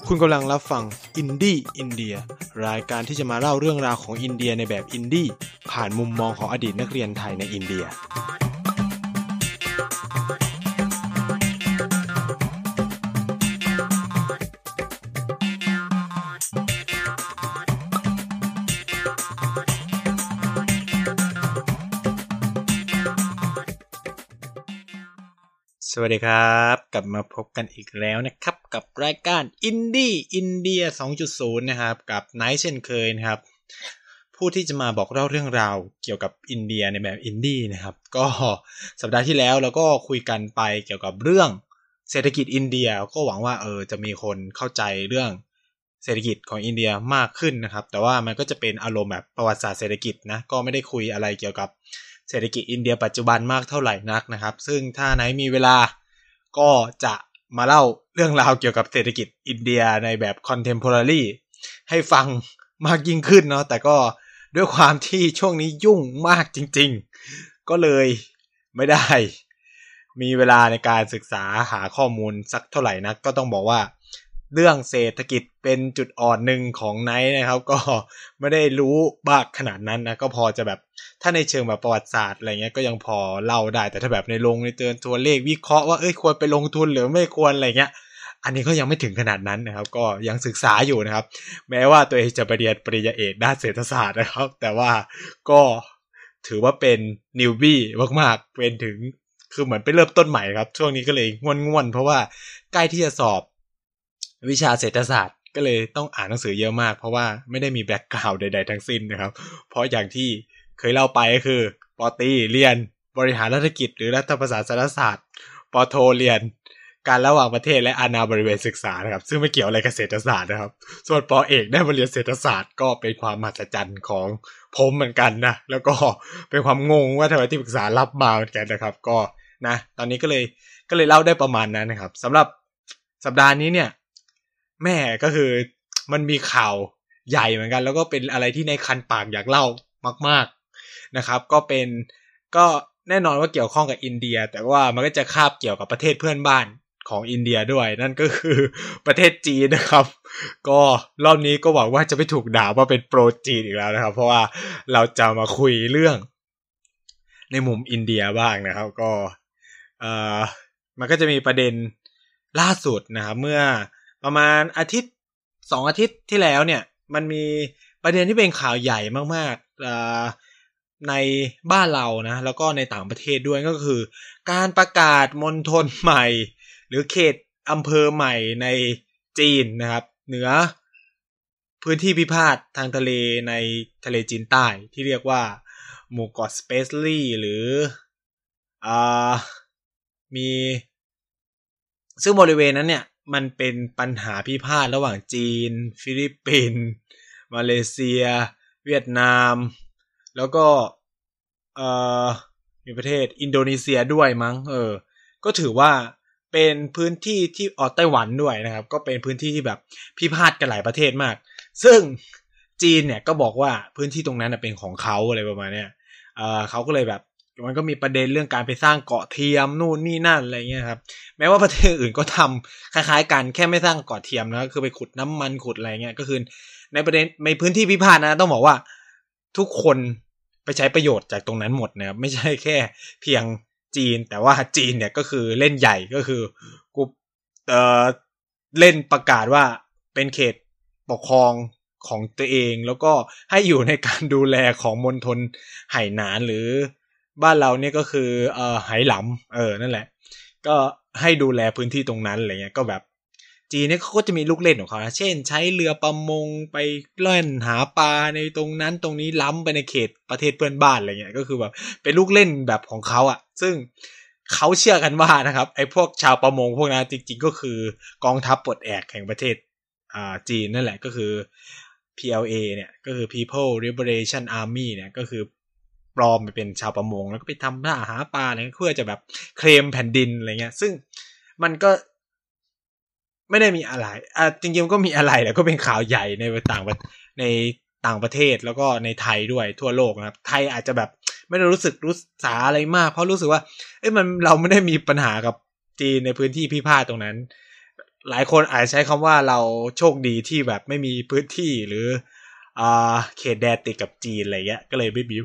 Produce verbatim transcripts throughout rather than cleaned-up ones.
คุณกำลังรับฟังอินดี้อินเดียรายการที่จะมาเล่าเรื่องราวของอินเดียในแบบอินดี้ผ่านมุมมองของอดีตนักเรียนไทยในอินเดียสวัสดีครับกลับมาพบกันอีกแล้วนะครับกับรายการอินดี้อินเดีย สองจุดศูนย์ นะครับกับไนท์เช่นเคยนะครับผู้ที่จะมาบอกเล่าเรื่องราวเกี่ยวกับอินเดียในแบบอินดี้นะครับก็สัปดาห์ที่แล้วเราก็คุยกันไปเกี่ยวกับเรื่องเศรษฐกิจอินเดียก็หวังว่าเออจะมีคนเข้าใจเรื่องเศรษฐกิจของอินเดียมากขึ้นนะครับแต่ว่ามันก็จะเป็นอารมณ์แบบประวัติศาสตร์เศรษฐกิจนะก็ไม่ได้คุยอะไรเกี่ยวกับเศรษฐกิจอินเดียปัจจุบันมากเท่าไหร่นักนะครับซึ่งถ้าไหนมีเวลาก็จะมาเล่าเรื่องราวเกี่ยวกับเศรษฐกิจอินเดียในแบบ contemporary ให้ฟังมากยิ่งขึ้นเนาะแต่ก็ด้วยความที่ช่วงนี้ยุ่งมากจริงๆก็เลยไม่ได้มีเวลาในการศึกษาหาข้อมูลสักเท่าไหร่นักก็ต้องบอกว่าเรื่องเศรษฐกิจเป็นจุดอ่อนหนึ่งของไนท์นะครับก็ไม่ได้รู้บ้างขนาดนั้นนะก็พอจะแบบถ้าในเชิงแบบประวัติศาสตร์อะไรเงี้ยก็ยังพอเล่าได้แต่ถ้าแบบในลงในเตือนตัวเลขวิเคราะห์ว่าเอ้ยควรไปลงทุนหรือไม่ควรอะไรเงี้ยอันนี้ก็ยังไม่ถึงขนาดนั้นนะครับก็ยังศึกษาอยู่นะครับแม้ว่าตัวเองจะไปเรียนปริญญาเอกด้านเศรษฐศาสตร์นะครับแต่ว่าก็ถือว่าเป็นนิวบี้มากๆเป็นถึงคือเหมือนไปเริ่มต้นใหม่ครับช่วงนี้ก็เลยง่วนๆเพราะว่าใกล้ที่จะสอบวิชาเศรษฐศาสตร์ก็เลยต้องอ่านหนังสือเยอะมากเพราะว่าไม่ได้มีแบ็คกราวด์ใดๆทั้งสิ้นนะครับเพราะอย่างที่เคยเล่าไปก็คือป.ตรีเรียนบริหารรัฐกิจหรือรัฐประศาสนศาสตร์ป.โทเรียนการระหว่างประเทศและอาณาบริเวณศึกษานะครับซึ่งไม่เกี่ยวอะไรกับเศรษฐศาสตร์นะครับส่วนป.เอกได้มาเรียนเศรษฐศาสตร์ก็เป็นความมหัศจรรย์ของผมเหมือนกันนะแล้วก็เป็นความงงว่าทำไมที่ปรึกษารับมาเหมือนกันนะครับก็นะตอนนี้ก็เลยก็เลยเล่าได้ประมาณนั้นนะครับสำหรับสัปดาห์นี้เนี่ยแม่ก็คือมันมีข่าวใหญ่เหมือนกันแล้วก็เป็นอะไรที่ในคันปากอยากเล่ามากๆนะครับก็เป็นก็แน่นอนว่าเกี่ยวข้องกับอินเดียแต่ว่ามันก็จะคาบเกี่ยวกับประเทศเพื่อนบ้านของอินเดียด้วยนั่นก็คือประเทศจีนนะครับก็รอบนี้ก็หวังว่าจะไม่ถูกด่าว่าเป็นโปรจีนอีกแล้วนะครับเพราะว่าเราจะมาคุยเรื่องในมุมอินเดียบ้างนะครับก็เอ่อมันก็จะมีประเด็นล่าสุดนะครับเมื่อประมาณอาทิตย์สองอาทิตย์ที่แล้วเนี่ยมันมีประเด็นที่เป็นข่าวใหญ่มากๆเอ่อในบ้านเรานะแล้วก็ในต่างประเทศด้วยก็คือการประกาศมณฑลใหม่หรือเขตอำเภอใหม่ในจีนนะครับเหนือพื้นที่พิพาททางทะเลในทะเลจีนใต้ที่เรียกว่าหมู่เกาะสเปซลี่หรืออ่ามีซึ่งบริเวณนั้นเนี่ยมันเป็นปัญหาพิพาทระหว่างจีนฟิลิปปินส์มาเลเซียเวียดนามแล้วก็เอ่อมีประเทศอินโดนีเซียด้วยมั้งเออก็ถือว่าเป็นพื้นที่ที่ออไต้หวันด้วยนะครับก็เป็นพื้นที่ที่แบบพิพาทกันหลายประเทศมากซึ่งจีนเนี่ยก็บอกว่าพื้นที่ตรงนั้นนะเป็นของเขาอะไรประมาณเนี้ยเอ่อเขาก็เลยแบบมันก็มีประเด็นเรื่องการไปสร้างเกาะเทียมนู่นนี่นั่นอะไรเงี้ยครับแม้ว่าประเทศอื่นก็ทำคล้ายๆกันแค่ไม่สร้างเกาะเทียมนะคือไปขุดน้ำมันขุดอะไรเงี้ยก็คือในประเด็นในพื้นที่พิพาทนะต้องบอกว่าทุกคนไปใช้ประโยชน์จากตรงนั้นหมดนะครับไม่ใช่แค่เพียงจีนแต่ว่าจีนเนี่ยก็คือเล่นใหญ่ก็คือกูเอ่อเล่นประกาศว่าเป็นเขตปกครองของตัวเองแล้วก็ให้อยู่ในการดูแลของมณฑลไหหนานหรือบ้านเราเนี่ยก็คือเอ่อไหหลำเออนั่นแหละก็ให้ดูแลพื้นที่ตรงนั้นอะไรเงี้ยก็แบบจีนเนี่ยเขาก็จะมีลูกเล่นของเขานะเช่นใช้เรือประมงไปเล่นหาปลาในตรงนั้นตรงนี้ล้ำไปในเขตประเทศเพื่อนบ้านอะไรเงี้ยก็คือแบบเป็นลูกเล่นแบบของเขาอ่ะซึ่งเขาเชื่อกันว่านะครับไอ้พวกชาวประมงพวกนั้นจริงๆก็คือกองทัพปลดแอกแห่งประเทศอ่าจีนนั่นแหละก็คือ พี แอล เอ เนี่ยก็คือ People Liberation Army เนี่ยก็คือปลอมไปเป็นชาวประมงแล้วก็ไปทำล่าหาปลาอะไรเพื่อจะแบบเคลมแผ่นดินอะไรเงี้ยซึ่งมันก็ไม่ได้มีอะไรอ่ะจริงๆก็มีอะไรแหละก็เป็นข่าวใหญ่ในต่างในต่างประเทศแล้วก็ในไทยด้วยทั่วโลกนะครับไทยอาจจะแบบไม่ได้รู้สึกรู้สาอะไรมากเพราะรู้สึกว่าเอ้ยมันเราไม่ได้มีปัญหากับจีนในพื้นที่พิพาทตรงนั้นหลายคนอาจใช้คำว่าเราโชคดีที่แบบไม่มีพื้นที่หรืออ่าเขตแดนติดกับจีนอะไรเงี้ยก็เลยไม่มี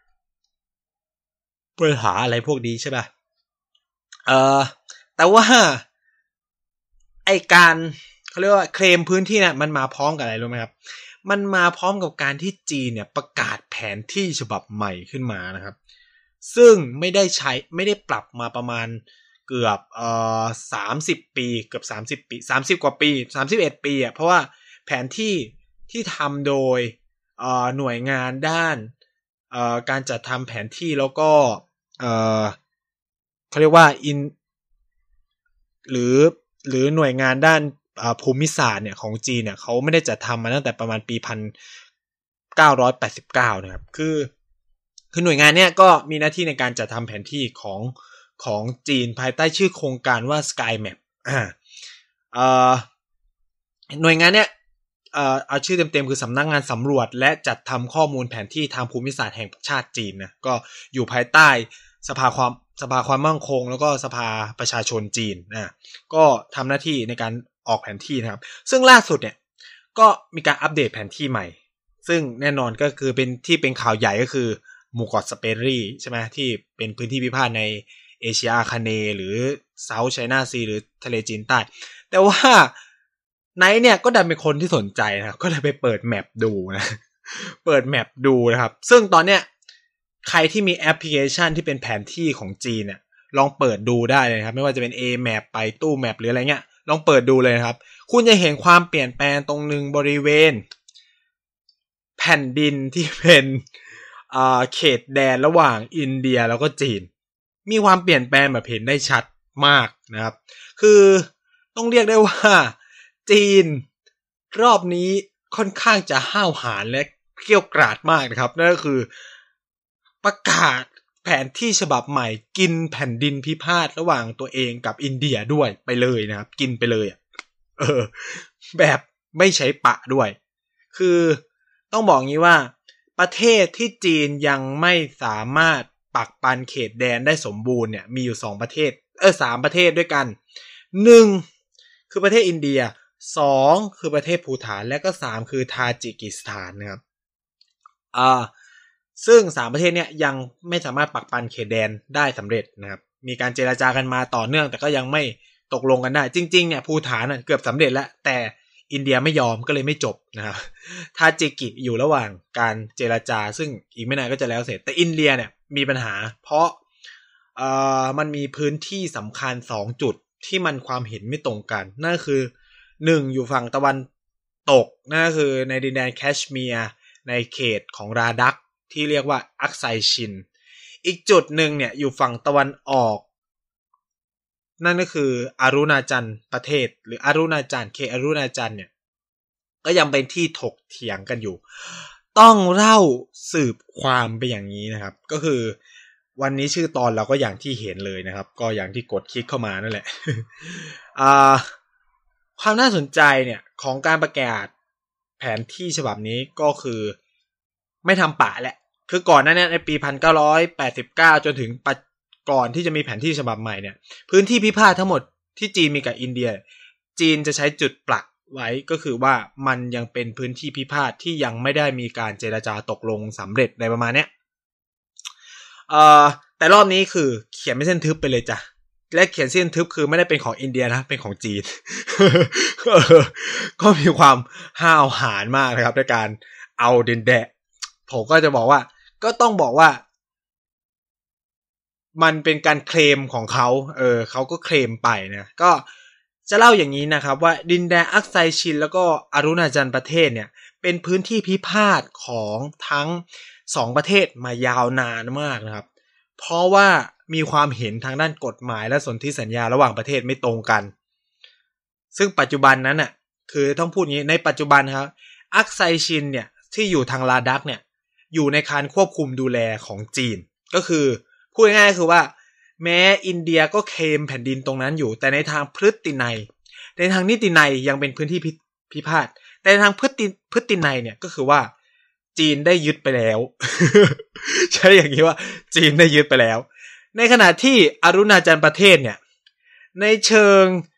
ปัญหาอะไรพวกนี้ใช่ป่ะเออแต่ว่าไอการเขาเรียกว่าเคลมพื้นที่เนี่ยมันมาพร้อมกับอะไรรู้ไหมครับมันมาพร้อมกับการที่จีนเนี่ยประกาศแผนที่ฉบับใหม่ขึ้นมานะครับซึ่งไม่ได้ใช้ไม่ได้ปรับมาประมาณเกือบเอ่อสามสิบปีเกือบสามสิบปีสามสิบกว่าปีสามสิบเอ็ดปีอ่ะเพราะว่าแผนที่ที่ทำโดยเอ่อหน่วยงานด้านเอ่อการจัดทำแผนที่แล้วก็เอ่อเขาเรียกว่าอินหรือหรือหน่วยงานด้านภูมิศาสตร์เนี่ยของจีนเนี่ยเขาไม่ได้จัดทำมาตั้งแต่ประมาณปีหนึ่งพันเก้าร้อยแปดสิบเก้านะครับคือคือหน่วยงานเนี่ยก็มีหน้าที่ในการจัดทำแผนที่ของของจีนภายใต้ชื่อโครงการว่า Sky Map อ่าเอ่อหน่วยงานเนี่ยเอ่อเอาชื่อเต็มๆคือสำนักงานสำรวจและจัดทำข้อมูลแผนที่ทางภูมิศาสตร์แห่งชาติจีนนะก็อยู่ภายใต้สภาความสภาความมั่นคงแล้วก็สภาประชาชนจีนนะก็ทำหน้าที่ในการออกแผนที่นะครับซึ่งล่าสุดเนี่ยก็มีการอัปเดตแผนที่ใหม่ซึ่งแน่นอนก็คือเป็นที่เป็นข่าวใหญ่ก็คือหมู่เกาะสเปรีใช่ไหมที่เป็นพื้นที่พิพาทในเอเชียอาคเนย์หรือเซาท์ไชน่าซีหรือทะเลจีนใต้แต่ว่าไนท์เนี่ยก็ดันเป็นคนที่สนใจนะครับก็เลยไปเปิดแมปดูนะเปิดแมปดูนะครับซึ่งตอนเนี้ยใครที่มีแอปพลิเคชันที่เป็นแผนที่ของจีนเนี่ยลองเปิดดูได้เลยครับไม่ว่าจะเป็น A Map ไปตู้แมปหรืออะไรเงี้ยลองเปิดดูเลยนะครับคุณจะเห็นความเปลี่ยนแปลงตรงนึงบริเวณแผ่นดินที่เป็นอ่าเขตแดนระหว่างอินเดียแล้วก็จีนมีความเปลี่ยนแปลงแบบเห็นได้ชัดมากนะครับคือต้องเรียกได้ว่าจีนรอบนี้ค่อนข้างจะห้าวหาญและเกรี้ยวกราดมากนะครับนั่นก็คือประกาศแผนที่ฉบับใหม่กินแผ่นดินพิพาทระหว่างตัวเองกับอินเดียด้วยไปเลยนะครับกินไปเลยเออแบบไม่ใช้ปะด้วยคือต้องบอกงี้ว่าประเทศที่จีนยังไม่สามารถปักปันเขตแดนได้สมบูรณ์เนี่ยมีอยู่สองประเทศเออสามประเทศด้วยกันหนึ่งคือประเทศอินเดียสองคือประเทศภูฏานและก็สามคือทาจิกิสถานนะครับอ่าซึ่งสามประเทศเนี้ยยังไม่สามารถปักปันเขตแดนได้สำเร็จนะครับมีการเจรจากันมาต่อเนื่องแต่ก็ยังไม่ตกลงกันได้จริงๆเนี่ยภูฏานน่ะเกือบสำเร็จแล้วแต่อินเดียไม่ยอมก็เลยไม่จบนะครับทาจิกิอยู่ระหว่างการเจรจาซึ่งอีกไม่นานก็จะแล้วเสร็จแต่อินเดียเนี่ยมีปัญหาเพราะเอ่อมันมีพื้นที่สำคัญสองจุดที่มันความเห็นไม่ตรงกันนั่นคือหนึ่งอยู่ฝั่งตะวันตกนั่นก็คือในดินแดนแคชเมียร์ในเขตของราดักที่เรียกว่าอักไซชินอีกจุดหนึ่งเนี่ยอยู่ฝั่งตะวันออกนั่นก็คืออารุณาจันประเทศหรืออารุณาจันเขตอารุณาจันเนี่ยก็ยังเป็นที่ถกเถียงกันอยู่ต้องเล่าสืบความไปอย่างนี้นะครับก็คือวันนี้ชื่อตอนเราก็อย่างที่เห็นเลยนะครับก็อย่างที่กดคลิกเข้ามานั่นแหละ อ่าความน่าสนใจเนี่ยของการประกาศแผนที่ฉบับนี้ก็คือไม่ทำปะแหละคือก่อนหน้านี้ในปีหนึ่งพันเก้าร้อยแปดสิบเก้าจนถึงก่อนที่จะมีแผนที่ฉบับใหม่เนี่ยพื้นที่พิพาททั้งหมดที่จีนมีกับอินเดียจีนจะใช้จุดปลักไว้ก็คือว่ามันยังเป็นพื้นที่พิพาทที่ยังไม่ได้มีการเจรจาตกลงสำเร็จในประมาณเนี้ยเอ่อแต่รอบนี้คือเขียนไม่เส้นทึบไปเลยจ้ะและเขียนเส้นทึบคือไม่ได้เป็นของอินเดียนะเป็นของจีน ก็มีความห้าวหาญมากนะครับในการเอาดินแดนผมก็จะบอกว่าก็ต้องบอกว่ามันเป็นการเคลมของเขาเออเขาก็เคลมไปนะก็จะเล่าอย่างนี้นะครับว่าดินแดนอักไซชินแล้วก็อารุณาจันประเทศเนี่ยเป็นพื้นที่พิพาทของทั้งสองประเทศมายาวนานมากนะครับเพราะว่ามีความเห็นทางด้านกฎหมายและสนธิสัญญาระหว่างประเทศไม่ตรงกันซึ่งปัจจุบันนั้นน่ะคือต้องพูดงี้ในปัจจุบันครับอักไซชินเนี่ยที่อยู่ทางลาดักเนี่ยอยู่ในการควบคุมดูแลของจีนก็คือพูดง่ายๆคือว่าแม้อินเดียก็เคลมแผ่นดินตรงนั้นอยู่แต่ในทางพฤตินัยในทางนิตินัยยังเป็นพื้นที่พิพาทแต่ในทางพฤติพฤตินัยเนี่ยก็คือว่าจีนได้ยึดไปแล้ว ใช่อย่างนี้ว่าจีนได้ยึดไปแล้วในขณะที่อารุณาจันประเทศเนี่ยในเชิง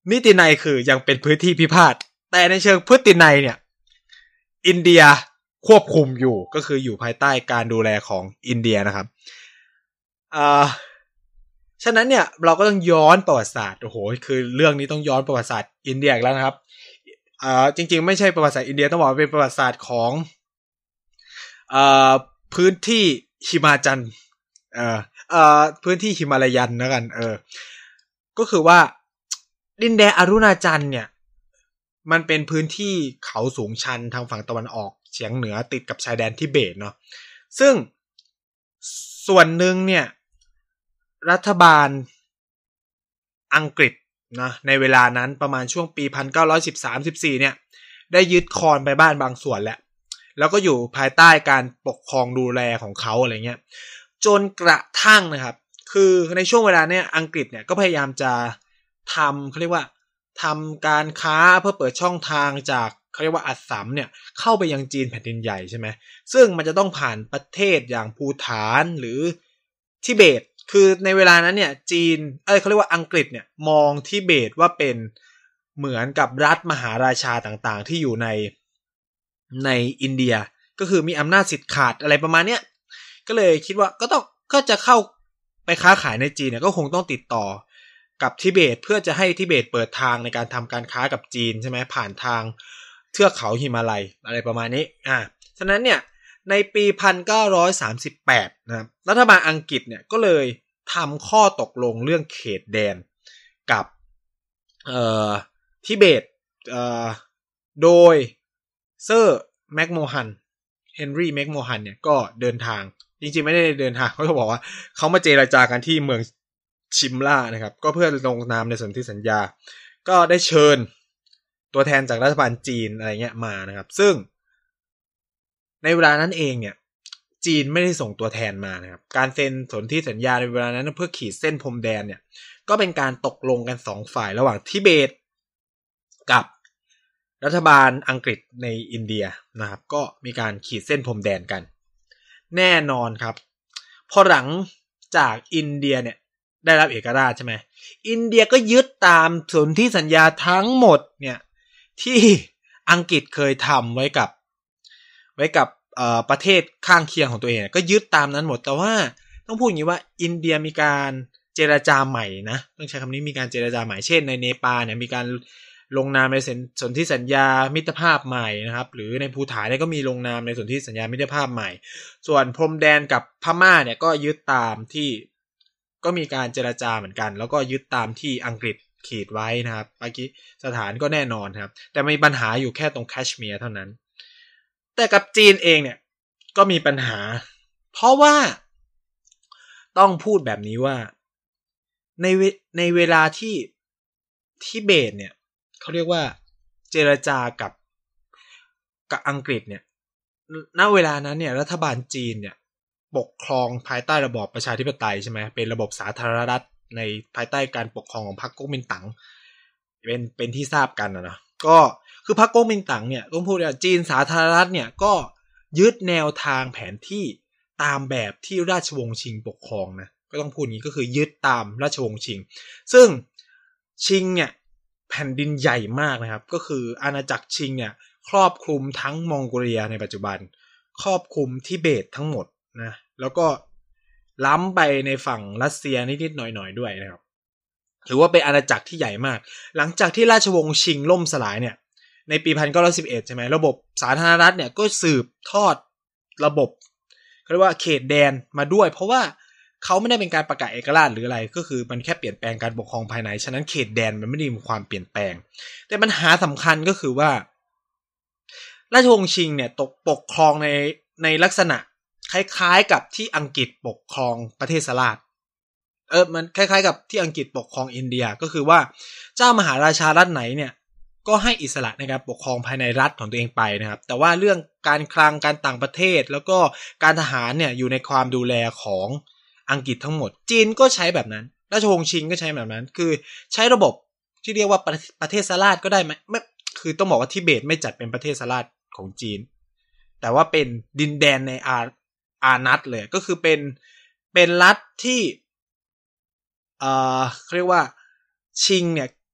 นิตินัยคือยังเป็นพื้นที่พิพาทแต่ในเชิงพฤตินัยเนี่ยอินเดียควบคุมอยู่ก็คืออยู่ภายใต้การดูแลของอินเดียนะครับอ่าฉะนั้นเนี่ยเราก็ต้องย้อนประวัติศาสตร์โอ้โหคือเรื่องนี้ต้องย้อนประวัติศาสตร์อินเดียอีกแล้วนะครับอ่าจริงๆไม่ใช่ประวัติศาสตร์อินเดียต้องบอกว่าเป็นประวัติศาสตร์ของอ่าพื้นที่หิมาจันเอ่อเอ่อพื้นที่หิมาลายันแล้วกันเออก็คือว่าดินแดนอรุณาจันเนี่ยมันเป็นพื้นที่เขาสูงชันทางฝั่งตะวันออกเฉียงเหนือติดกับชายแดนทิเบตเนาะซึ่งส่วนหนึ่งเนี่ยรัฐบาลอังกฤษนะในเวลานั้นประมาณช่วงปีหนึ่งพันเก้าร้อยสิบสาม สิบสี่เนี่ยได้ยึดครอนไปบ้านบางส่วนแล้วแล้วก็อยู่ภายใต้การปกครองดูแลของเขาอะไรเงี้ยจนกระทั่งนะครับคือในช่วงเวลาเนี้ยอังกฤษเนี่ยก็พยายามจะทำเขาเรียกว่าทำการค้าเพื่อเปิดช่องทางจากเขาเรียกว่าอัสสัมเนี่ยเข้าไปยังจีนแผ่นดินใหญ่ใช่ไหมซึ่งมันจะต้องผ่านประเทศอย่างภูฏานหรือทิเบตคือในเวลานั้นเนี่ยจีนเอ้ยเขาเรียกว่าอังกฤษเนี่ยมองทิเบตว่าเป็นเหมือนกับรัฐมหาราชาต่างๆที่อยู่ในในอินเดียก็คือมีอำนาจสิทธิ์ขาดอะไรประมาณเนี้ยก็เลยคิดว่าก็ต้องก็จะเข้าไปค้าขายในจีนเนี่ยก็คงต้องติดต่อกับทิเบตเพื่อจะให้ทิเบตเปิดทางในการทำการค้ากับจีนใช่ไหมผ่านทางเทือกเขาหิมาลัยอะไรประมาณนี้อ่าฉะนั้นเนี่ยในปีหนึ่งพันเก้าร้อยสามสิบแปดนะครับรัฐบาลอังกฤษเนี่ยก็เลยทำข้อตกลงเรื่องเขตแดนกับเอ่อทิเบตเอ่อโดยเซอร์แมคโมฮันเฮนรี่แมคโมฮันเนี่ยก็เดินทางจริงๆไม่ได้เดินทางเขาก็บอกว่าเขามาเจรจากันที่เมืองชิมล่านะครับก็เพื่อลงนามในสนธิสัญญาก็ได้เชิญตัวแทนจากรัฐบาลจีนอะไรเงี้ยมานะครับซึ่งในเวลานั้นเองเนี่ยจีนไม่ได้ส่งตัวแทนมานะครับการเซ็นสนธิสัญญาในเวลานั้นเพื่อขีดเส้นพรมแดนเนี่ยก็เป็นการตกลงกันสองฝ่ายระหว่างทิเบตกับรัฐบาลอังกฤษในอินเดียนะครับก็มีการขีดเส้นพรมแดนกันแน่นอนครับพอหลังจากอินเดียเนี่ยได้รับเอกราชใช่ไหมอินเดียก็ยึดตามสนธิสัญญาทั้งหมดเนี่ยที่อังกฤษเคยทำไว้กับไว้กับเอ่อประเทศข้างเคียงของตัวเองก็ยึดตามนั้นหมดแต่ว่าต้องพูดอย่างนี้ว่าอินเดียมีการเจรจาใหม่นะต้องใช้คำนี้มีการเจรจาใหม่เช่นในเนปาลเนี่ยมีการลงนามในสนธิสัญญามิตรภาพใหม่นะครับหรือในภูฏานเนี่ยก็มีลงนามในสนธิสัญญามิตรภาพใหม่ส่วนพรมแดนกับพม่าเนี่ยก็ยึดตามที่ก็มีการเจรจาเหมือนกันแล้วก็ยึดตามที่อังกฤษขีดไว้นะครับปากีสถานก็แน่นอนครับแต่มีปัญหาอยู่แค่ตรงแคชเมียร์เท่านั้นแต่กับจีนเองเนี่ยก็มีปัญหาเพราะว่าต้องพูดแบบนี้ว่าในในเวลาที่ทิเบตเนี่ยเขาเรียกว่าเจรจากับกับอังกฤษเนี่ยณเวลานั้นเนี่ยรัฐบาลจีนเนี่ยปกครองภายใต้ระบอบประชาธิปไตยใช่ไหมเป็นระบบสาธารณรัฐในภายใต้การปกครองของพรรคก๊กมินตั๋งเป็นเป็นที่ทราบกันนะนะก็คือพรรคก๊กมินตั๋งเนี่ยต้องพูดว่าจีนสาธารณรัฐเนี่ยก็ยึดแนวทางแผนที่ตามแบบที่ราชวงศ์ชิงปกครองนะก็ต้องพูดอย่างนี้ก็คือยึดตามราชวงศ์ชิงซึ่งชิงเนี่ยแผ่นดินใหญ่มากนะครับก็คืออาณาจักรชิงเนี่ยครอบคลุมทั้งมองโกเลียในปัจจุบันครอบคลุมทิเบตทั้งหมดนะแล้วก็ล้ำไปในฝั่งรัสเซียนิดๆหน่อยๆด้วยนะครับถือว่าเป็นอาณาจักรที่ใหญ่มากหลังจากที่ราชวงศ์ชิงล่มสลายเนี่ยในปีหนึ่งพันเก้าร้อยสิบเอ็ดใช่ไหมระบบสาธารณรัฐเนี่ยก็สืบทอดระบบเขาเรียกว่าเขตแดนมาด้วยเพราะว่าเขาไม่ได้เป็นการประกาศเอกราชหรืออะไรก็คือมันแค่เปลี่ยนแปลงการปกครองภายในฉะนั้นเขตแดนมันไม่ได้มีความเปลี่ยนแปลงแต่ปัญหาสำคัญก็คือว่าราชวงศ์ชิงเนี่ยตกปกครองในในลักษณะคล้ายๆกับที่อังกฤษปกครองประเทศสลาดเออมันคล้ายๆกับที่อังกฤษปกครองอินเดียก็คือว่าเจ้ามหาราชารัฐไหนเนี่ยก็ให้อิสระในการปกครองภายในรัฐของตัวเองไปนะครับแต่ว่าเรื่องการคลังการต่างประเทศแล้วก็การทหารเนี่ยอยู่ในความดูแลของอังกฤษทั้งหมดจีนก็ใช้แบบนั้นราชวงศ์ชิงก็ใช้แบบนั้นคือใช้ระบบที่เรียกว่าประเทศสลาดก็ได้ไหมไม่คือต้องบอกว่าทิเบตไม่จัดเป็นประเทศสลาดของจีนแต่ว่าเป็นดินแดนในอาอานัตเลยก็คือเป็นเป็นรัฐที่เอ่อเรียกว่าชิงเนี่ย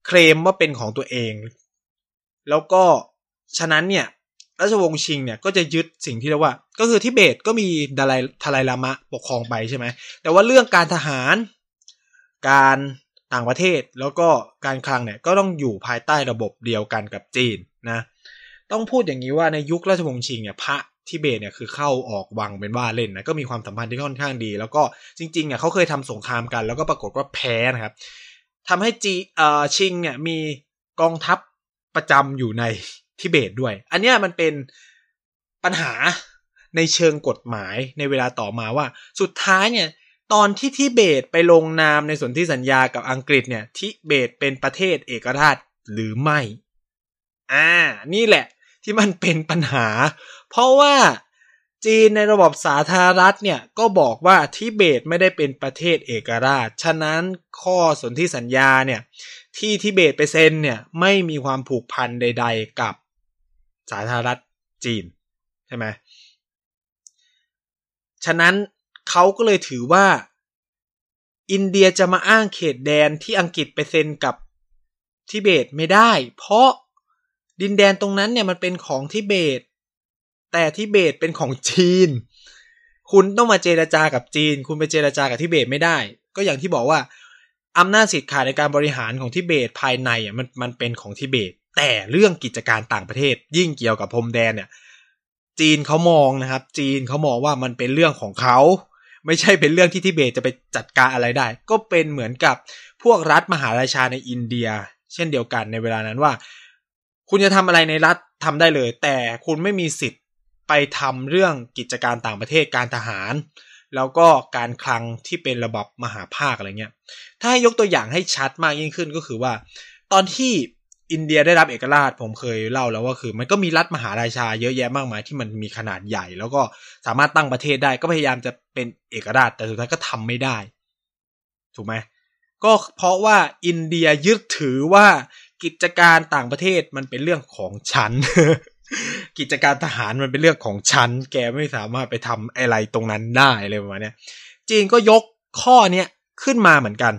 เคลมว่าเป็นของตัวเองแล้วก็ฉะนั้นเนี่ยราชวงศ์ชิงเนี่ยก็จะยึดสิ่งที่เรียกว่าก็คือทิเบตก็มีดาไลทาไลลามะปกครองไปใช่ไหมแต่ว่าเรื่องการทหารการต่างประเทศแล้วก็การคลังเนี่ยก็ต้องอยู่ภายใต้ระบบเดียวกันกับจีนนะต้องพูดอย่างนี้ว่าในยุคราชวงศ์ชิงเนี่ยพระทิเบตเนี่ยคือเข้าออกวังเป็นว่าเล่นนะก็มีความสัมพันธ์ที่ค่อนข้างดีแล้วก็จริงๆเนี่ยเขาเคยทำสงครามกันแล้วก็ปรากฏว่าแพ้นะครับทำให้จีเอ่อชิงเนี่ยมีกองทัพประจำอยู่ในทิเบตด้วยอันเนี้ยมันเป็นปัญหาในเชิงกฎหมายในเวลาต่อมาว่าสุดท้ายเนี่ยตอนที่ทิเบตไปลงนามในสนธิสัญญากับอังกฤษเนี่ยทิเบตเป็นประเทศเอกราชหรือไม่อ่านี่แหละที่มันเป็นปัญหาเพราะว่าจีนในระบบสาธารณรัฐเนี่ยก็บอกว่าทิเบตไม่ได้เป็นประเทศเอกราชฉะนั้นข้อสนธิสัญญาเนี่ยที่ทิเบตไปเซ็นเนี่ยไม่มีความผูกพันใดๆกับสาธารณรัฐจีนใช่ไหมฉะนั้นเขาก็เลยถือว่าอินเดียจะมาอ้างเขตแดนที่อังกฤษไปเซ็นกับทิเบตไม่ได้เพราะดินแดนตรงนั้นเนี่ยมันเป็นของทิเบตแต่ทิเบตเป็นของจีนคุณต้องมาเจรจากับจีนคุณไปเจรจากับทิเบตไม่ได้ก็อย่างที่บอกว่าอำนาจสิทธิ์ขาดในการบริหารของทิเบตภายในอ่ะมันมันเป็นของทิเบตแต่เรื่องกิจการต่างประเทศยิ่งเกี่ยวกับพรมแดนเนี่ยจีนเขามองนะครับจีนเขามองว่ามันเป็นเรื่องของเขาไม่ใช่เป็นเรื่องที่ทิเบตจะไปจัดการอะไรได้ก็เป็นเหมือนกับพวกรัฐมหาราชาในอินเดียเช่นเดียวกันในเวลานั้นว่าคุณจะทำอะไรในรัฐทำได้เลยแต่คุณไม่มีสิทธิ์ไปทำเรื่องกิจการต่างประเทศการทหารแล้วก็การคลังที่เป็นระบบมหาภาคอะไรเงี้ยถ้าให้ยกตัวอย่างให้ชัดมากยิ่งขึ้นก็คือว่าตอนที่อินเดียได้รับเอกราชผมเคยเล่าแล้วว่าคือมันก็มีรัฐมหาราชาเยอะแยะมากมายที่มันมีขนาดใหญ่แล้วก็สามารถตั้งประเทศได้ก็พยายามจะเป็นเอกราชแต่สุดท้ายก็ทำไม่ได้ถูกไหมก็เพราะว่าอินเดียยึดถือว่ากิจการต่างประเทศมันเป็นเรื่องของฉัน กิจการทหารมันเป็นเรื่องของฉันแกไม่สามารถไปทำอะไรตรงนั้นได้เลยประมาณนี้จีนก็ยกข้อเนี้ยขึ้นมาเหมือนกัน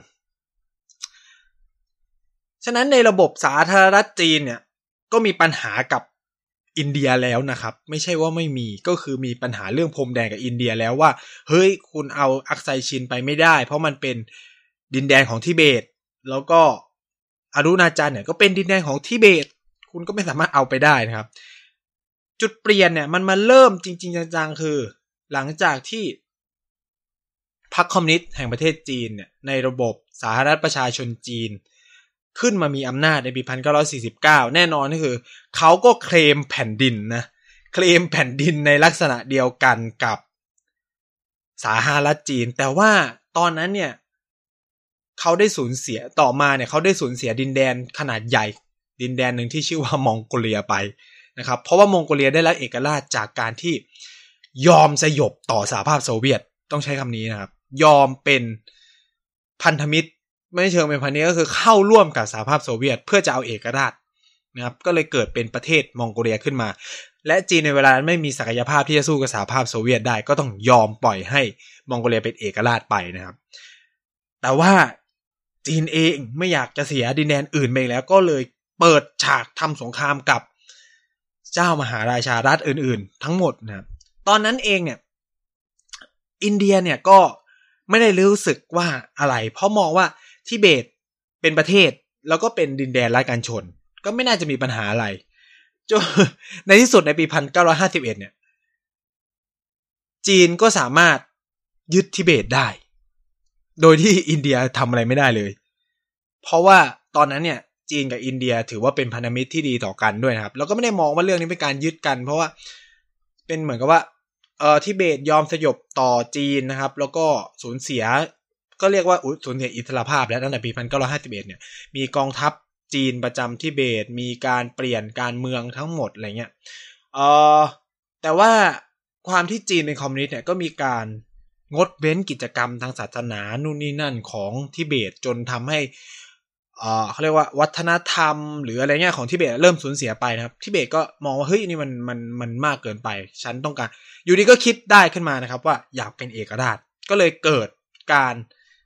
ฉะนั้นในระบบสาธารณรัฐจีนเนี่ยก็มีปัญหากับอินเดียแล้วนะครับไม่ใช่ว่าไม่มีก็คือมีปัญหาเรื่องพรมแดนกับอินเดียแล้วว่าเฮ้ยคุณเอาอักไซชินไปไม่ได้เพราะมันเป็นดินแดนของทิเบตแล้วก็อรุณาจันทร์เนี่ยก็เป็นดินแดนของทิเบตคุณก็ไม่สามารถเอาไปได้นะครับจุดเปลี่ยนเนี่ยมันมาเริ่มจริงๆจังๆคือหลังจากที่พรรคคอมมิวนิสต์แห่งประเทศจีนเนี่ยในระบบสาธารณรัฐประชาชนจีนขึ้นมามีอำนาจในปีหนึ่งพันเก้าร้อยสี่สิบเก้าแน่นอนก็คือเขาก็เคลมแผ่นดินนะเคลมแผ่นดินในลักษณะเดียวกันกับสาธารณรัฐจีนแต่ว่าตอนนั้นเนี่ยเขาได้สูญเสียต่อมาเนี่ยเขาได้สูญเสียดินแดนขนาดใหญ่ดินแดนหนึ่งที่ชื่อว่ามองโกเลียไปนะครับเพราะว่ามองโกเลียได้รับเอกราชจากการที่ยอมสยบต่อสหภาพโซเวียตต้องใช้คำนี้นะครับยอมเป็นพันธมิตรไม่เชิงเป็นพันธมิตรก็คือเข้าร่วมกับสหภาพโซเวียตเพื่อจะเอาเอกราชนะครับก็เลยเกิดเป็นประเทศมองโกเลียขึ้นมาและจีนในเวลานั้นไม่มีศักยภาพที่จะสู้กับสหภาพโซเวียตได้ก็ต้องยอมปล่อยให้มองโกเลียเป็นเอกราชไปนะครับแต่ว่าจีนเองไม่อยากจะเสียดินแดนอื่นไปแล้วก็เลยเปิดฉากทำสงครามกับเจ้ามหาราชารัฐอื่นๆทั้งหมดนะครับตอนนั้นเองเนี่ยอินเดียเนี่ยก็ไม่ได้รู้สึกว่าอะไรเพราะมองว่าทิเบตเป็นประเทศแล้วก็เป็นดินแดนราชการชนก็ไม่น่าจะมีปัญหาอะไรจนในที่สุดในปีหนึ่งพันเก้าร้อยห้าสิบเอ็ดเนี่ยจีนก็สามารถยึดทิเบตได้โดยที่อินเดียทำอะไรไม่ได้เลยเพราะว่าตอนนั้นเนี่ยจีนกับอินเดียถือว่าเป็นพันธมิตรที่ดีต่อกันด้วยนะครับแล้วก็ไม่ได้มองว่าเรื่องนี้เป็นการยึดกันเพราะว่าเป็นเหมือนกับว่าเอ่อทิเบตยอมสยบต่อจีนนะครับแล้วก็สูญเสียก็เรียกว่าสูญเสียอิสรภาพแล้วตั้งแต่ปีหนึ่งพันเก้าร้อยห้าสิบเอ็ดเนี่ยมีกองทัพจีนประจำทิเบตมีการเปลี่ยนการเมืองทั้งหมดอะไรเงี้ยเอ่อแต่ว่าความที่จีนเป็นคอมมิวนิสต์เนี่ยก็มีการงดเว้นกิจกรรมทางศาสนานู่นนี่นั่นของทิเบตจนทำให้เอ่อเขาเรียกว่าวัฒนธรรมหรืออะไรเงี้ยของทิเบตเริ่มสูญเสียไปนะครับทิเบตก็มองว่าเฮ้ยนี่มันมันมันมากเกินไปฉันต้องการอยู่ดีก็คิดได้ขึ้นมานะครับว่าอยากเป็นเอกราชก็เลยเกิดการ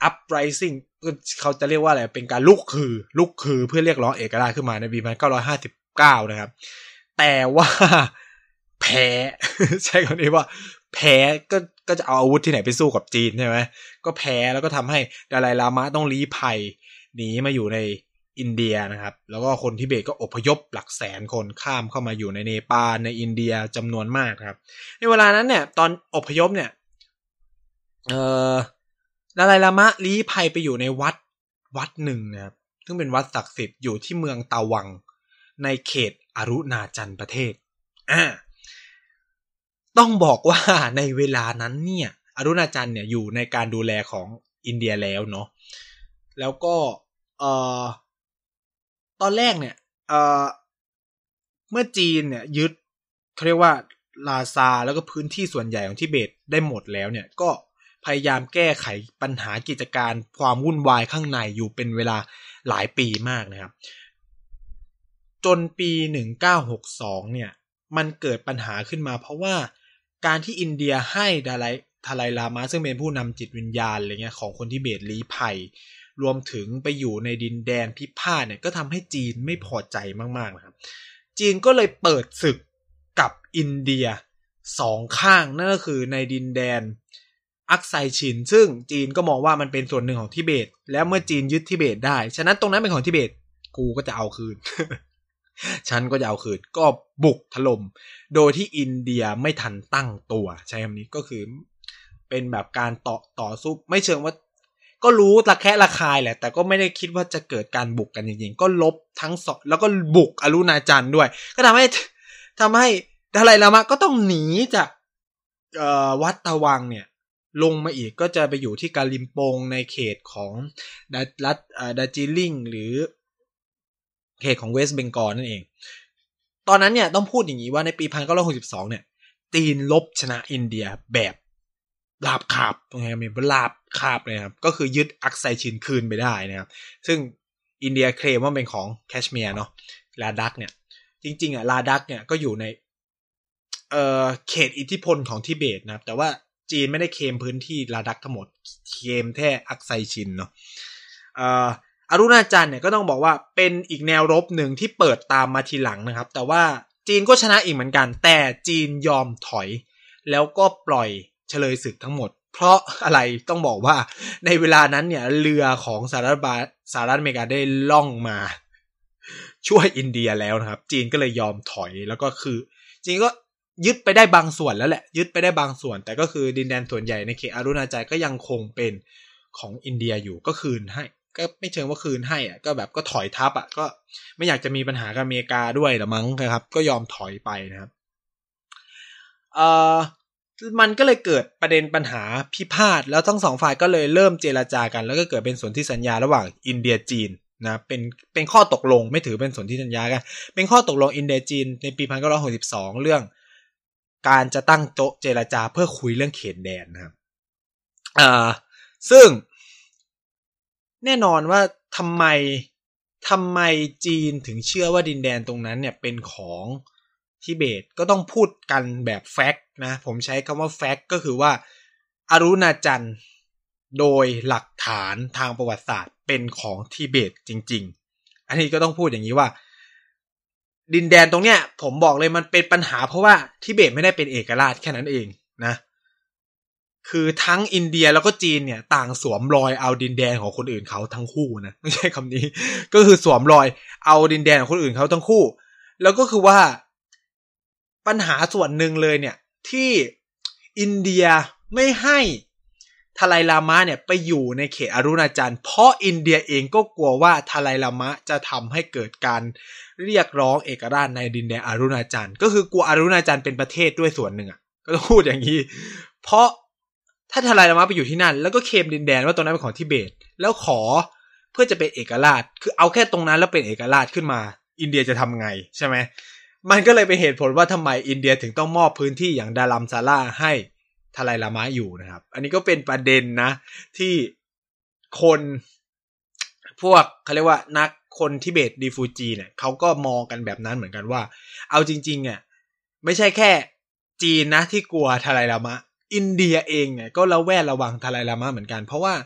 uprising เขาจะเรียกว่าอะไรเป็นการลุกคือลุกคือเพื่อเรียกร้องเอกราชขึ้นมาในปีหนึ่งพันเก้าร้อยห้าสิบเก้านะครับแต่ว่าแพ้ ใช่คำนี้ว่าแพ้ก็ก็จะเอาอาวุธที่ไหนไปสู้กับจีนใช่ไหมก็แพ้แล้วก็ทำให้ดาไลลามะต้องลี้ภัยหนีมาอยู่ในอินเดียนะครับแล้วก็คนทิเบตก็อพยพหลักแสนคนข้ามเข้ามาอยู่ในเนปาลในอินเดียจำนวนมากครับในเวลานั้นเนี่ยตอนอพยพเนี่ยเอ่อดาไลลามะลี้ภัยไปอยู่ในวัดวัดหนึ่งนะครับซึ่งเป็นวัดศักดิ์สิทธิ์อยู่ที่เมืองตาวังในเขตอรุณาจันประเทศอ่าต้องบอกว่าในเวลานั้นเนี่ยอรุณาจันเนี่ยอยู่ในการดูแลของอินเดียแล้วเนาะแล้วก็เอ่อตอนแรกเนี่ยเอ่อเมื่อจีนเนี่ยยึดเขาเรียกว่าลาซาแล้วก็พื้นที่ส่วนใหญ่ของทิเบตได้หมดแล้วเนี่ยก็พยายามแก้ไขปัญหากิจการความวุ่นวายข้างในอยู่เป็นเวลาหลายปีมากนะครับจนปีหนึ่งพันเก้าร้อยหกสิบสองเนี่ยมันเกิดปัญหาขึ้นมาเพราะว่าการที่อินเดียให้ดาไลทาไลลามะซึ่งเป็นผู้นำจิตวิญญาณอะไรเงี้ยของคนทิเบตลี้ภัยรวมถึงไปอยู่ในดินแดนพิพาทเนี่ยก็ทำให้จีนไม่พอใจมากๆนะครับจีนก็เลยเปิดศึกกับอินเดียสองข้างนั่นก็คือในดินแดนอักไซชินซึ่งจีนก็มองว่ามันเป็นส่วนหนึ่งของทิเบตแล้วเมื่อจีนยึดทิเบตได้ฉะนั้นตรงนั้นเป็นของทิเบตกูก็จะเอาคืน ฉันก็จะเอาคืนก็บุกถล่มโดยที่อินเดียไม่ทันตั้งตัวใช้คำนี้ก็คือเป็นแบบการต่อต่อสู้ไม่เชิงว่าก็รู้ระแคะระคายแหละแต่ก็ไม่ได้คิดว่าจะเกิดการบุกกันจริงๆก็ลบทั้งสองแล้วก็บุกอรุณาจันทร์ด้วยก็ทำให้ทำให้ดาไลลามะก็ต้องหนีจากเอ่อวัดตะวังเนี่ยลงมาอีกก็จะไปอยู่ที่กาลิมปงในเขตของรัฐดาร์จิลิงหรือเขตของเวสต์เบงกอลนั่นเองตอนนั้นเนี่ยต้องพูดอย่างนี้ว่าในปีหนึ่งพันเก้าร้อยหกสิบสองเนี่ยจีนลบชนะอินเดียแบบราบคาบตรงนี้มีลาบคาบเลยครับก็คือยึดอักไซชินคืนไปได้นะครับซึ่งอินเดียเคลมว่าเป็นของแคชเมียร์เนาะลาดักเนี่ยจริงๆอ่ะลาดักเนี่ยก็อยู่ในเอ่อเขตอิทธิพลของทิเบตนะครับแต่ว่าจีนไม่ได้เคลมพื้นที่ลาดักทั้งหมดเคลมแค่อักไซชินเนาะเอ่ออรุณาจันทร์เนี่ยก็ต้องบอกว่าเป็นอีกแนวรบหนึ่งที่เปิดตามมาทีหลังนะครับแต่ว่าจีนก็ชนะอีกเหมือนกันแต่จีนยอมถอยแล้วก็ปล่อยเฉลยศึกทั้งหมดเพราะอะไรต้องบอกว่าในเวลานั้นเนี่ยเรือของสหรัฐสหรัฐอเมริกาได้ล่องมาช่วยอินเดียแล้วนะครับจีนก็เลยยอมถอยแล้วก็คือจีนก็ยึดไปได้บางส่วนแล้วแหละยึดไปได้บางส่วนแต่ก็คือดินแดนส่วนใหญ่ในเขตอรุณาจันทร์ก็ยังคงเป็นของอินเดียอยู่ก็คืนให้ก็ไม่เชิงว่าคืนให้อ่ะก็แบบก็ถอยทับอ่ะก็ไม่อยากจะมีปัญหากับอเมริกาด้วยหรอมั้งนะครับก็ยอมถอยไปนะครับเอ่อมันก็เลยเกิดประเด็นปัญหาพิพาทแล้วทั้งสองฝ่ายก็เลยเริ่มเจรจากันแล้วก็เกิดเป็นสนธิสัญญาระหว่างอินเดียจีนนะเป็นเป็นข้อตกลงไม่ถือเป็นสนธิสัญญากันเป็นข้อตกลงอินเดียจีนในปีหนึ่งพันเก้าร้อยหกสิบสองเรื่องการจะตั้งโต๊ะเจรจาเพื่อคุยเรื่องเขตแดนนะครับอ่าซึ่งแน่นอนว่าทำไมทำไมจีนถึงเชื่อว่าดินแดนตรงนั้นเนี่ยเป็นของทิเบตก็ต้องพูดกันแบบแฟกต์นะผมใช้คำว่าแฟกต์ก็คือว่าอรุณาจันทร์โดยหลักฐานทางประวัติศาสตร์เป็นของทิเบตจริงๆอันนี้ก็ต้องพูดอย่างนี้ว่าดินแดนตรงเนี้ยผมบอกเลยมันเป็นปัญหาเพราะว่าทิเบตไม่ได้เป็นเอกราชแค่นั้นเองนะคือทั้งอินเดียแล้วก็จีนเนี่ยต่างสวมรอยเอาดินแดนของคนอื่นเขาทั้งคู่นะไม่ใช่คำนี้ก็คือสวมรอยเอาดินแดนของคนอื่นเขาทั้งคู่แล้วก็คือว่าปัญหาส่วนหนึ่งเลยเนี่ยที่อินเดียไม่ให้ทาไลลามะเนี่ยไปอยู่ในเขตอรุณาจันทร์เพราะอินเดียเองก็กลัวว่าทาไลลามะจะทำให้เกิดการเรียกร้องเอกราชในดินแดนอรุณาจันทร์ก็คือกลัวอรุณาจันทร์เป็นประเทศด้วยส่วนหนึ่งอ่ะก็ต้องพูดอย่างนี้เพราะถ้าทาไลลามะไปอยู่ที่นั่นแล้วก็เคลมดินแดนว่าตรงนั้นเป็นของทิเบตแล้วขอเพื่อจะเป็นเอกราชคือเอาแค่ตรงนั้นแล้วเป็นเอกราชขึ้นมาอินเดียจะทำไงใช่ไหมมันก็เลยเป็นเหตุผลว่าทำไมอินเดียถึงต้องมอบพื้นที่อย่างดารัมซาร่าให้ทาไลลามะอยู่นะครับอันนี้ก็เป็นประเด็นนะที่คนพวกเขาเรียกว่านักคนทิเบตดีฟูจีเนี่ยเขาก็มองกันแบบนั้นเหมือนกันว่าเอาจริงๆอ่ะไม่ใช่แค่จีนนะที่กลัวทาไลลามะอินเดียเองเนี่ยก็ระแวดระวังทาไลลามะเหมือนกันเพราะว่า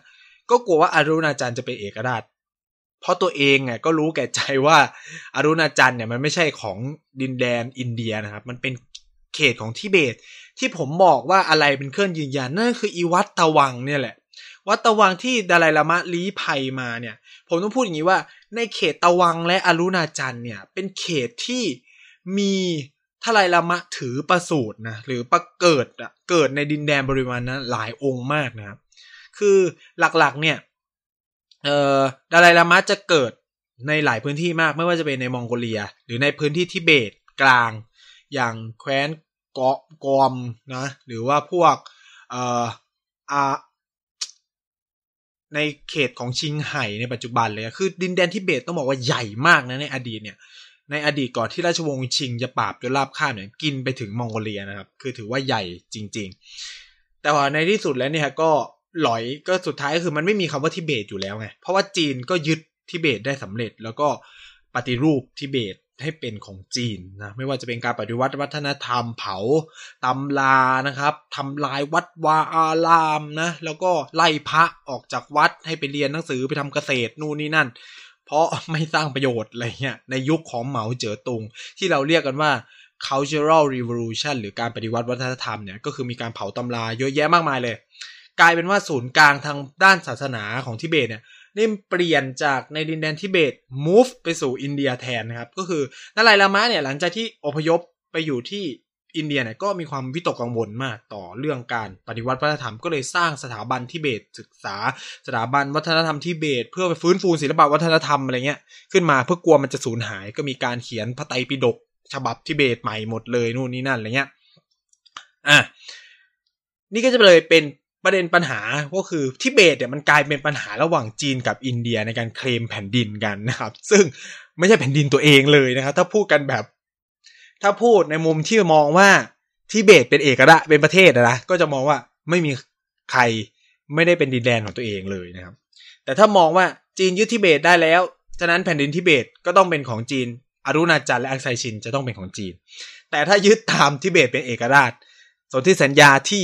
ก็กลัวว่าอารุณาจันทร์จะเป็นเอกราชเพราะตัวเองไงก็รู้แก่ใจว่าอารุณาจันทร์เนี่ยมันไม่ใช่ของดินแดนอินเดียนะครับมันเป็นเขตของทิเบตที่ผมบอกว่าอะไรเป็นเครื่องยืนยันนั่นคืออีวัดตะวังเนี่ยแหละวัดตะวังที่ดาไลลามะลี้ภัยมาเนี่ยผมต้องพูดอย่างนี้ว่าในเขตตะวังและอารุณาจันทร์เนี่ยเป็นเขตที่มีดาไลลามะถือประสูตินะหรือประเกิดอะเกิดในดินแดนบริเวณนั้นหลายองค์มากนะครับคือหลักๆเนี่ยเอ่อดาไลลามะจะเกิดในหลายพื้นที่มากไม่ว่าจะเป็นในมองโกเลียหรือในพื้นที่ทิเบตกลางอย่างแคว้นเกาะกอมนะหรือว่าพวกเอ่ออาในเขตของชิงไห่ในปัจจุบันเลยคือดินแดนทิเบตต้องบอกว่าใหญ่มากนะในอดีตเนี่ยในอดีตก่อนที่ราชวงศ์ชิงจะปราบจนราบคาบเนี่ยกินไปถึงมองโกเลียนะครับคือถือว่าใหญ่จริงๆแต่ว่าในที่สุดแล้วเนี่ยก็หลอยก็สุดท้ายก็คือมันไม่มีคำว่าทิเบตอยู่แล้วไงเพราะว่าจีนก็ยึดทิเบตได้สำเร็จแล้วก็ปฏิรูปทิเบตให้เป็นของจีนนะไม่ว่าจะเป็นการปฏิวัติวัฒนธรรมเผาตำรานะครับทำลายวัดวาอารามนะแล้วก็ไล่พระออกจากวัดให้ไปเรียนหนังสือไปทำเกษตรนู่นนี่นั่นเพราะไม่สร้างประโยชน์อะไรเงี้ยในยุคของเหมาเจ๋อตุงที่เราเรียกกันว่า cultural revolution หรือการปฏิวัติวัฒนธรรมเนี่ยก็คือมีการเผาตำราเยอะแยะมากมายเลยกลายเป็นว่าศูนย์กลางทางด้านศาสนาของทิเบตเนี่ยนี่เปลี่ยนจากในดินแดนทิเบต move ไปสู่อินเดียแทนนะครับก็คือดาไลลามะเนี่ยหลังจากที่อพยพไปอยู่ที่อินเดียเนี่ยก็มีความวิตกกังวลมากต่อเรื่องการปฏิวัติวัฒนธรรมก็เลยสร้างสถาบันทิเบตศึกษาสถาบันวัฒนธรรมทิเบตเพื่อไปฟื้นฟูศิลปวัฒนธรรมอะไรเงี้ยขึ้นมาเพื่อกลัวมันจะสูญหายก็มีการเขียนพระไตรปิฎกฉบับทิเบตใหม่หมดเลยนู่นนี่นั่นอะไรเงี้ยอ่ะนี่ก็จะเลยเป็นประเด็นปัญหาก็คือทิเบตเนี่ยมันกลายเป็นปัญหาระหว่างจีนกับอินเดียในการเคลมแผ่นดินกันนะครับซึ่งไม่ใช่แผ่นดินตัวเองเลยนะครับถ้าพูดกันแบบถ้าพูดในมุมที่มองว่าทิเบตเป็นเอกราชเป็นประเทศนะก็จะมองว่าไม่มีใครไม่ได้เป็นดินแดนของตัวเองเลยนะครับแต่ถ้ามองว่าจีนยึดทิเบตได้แล้วฉะนั้นแผ่นดินทิเบตก็ต้องเป็นของจีนอารุณาจันทร์และอักไซชินจะต้องเป็นของจีนแต่ถ้ายึดตามทิเบตเป็นเอกราชสนธิสัญญาที่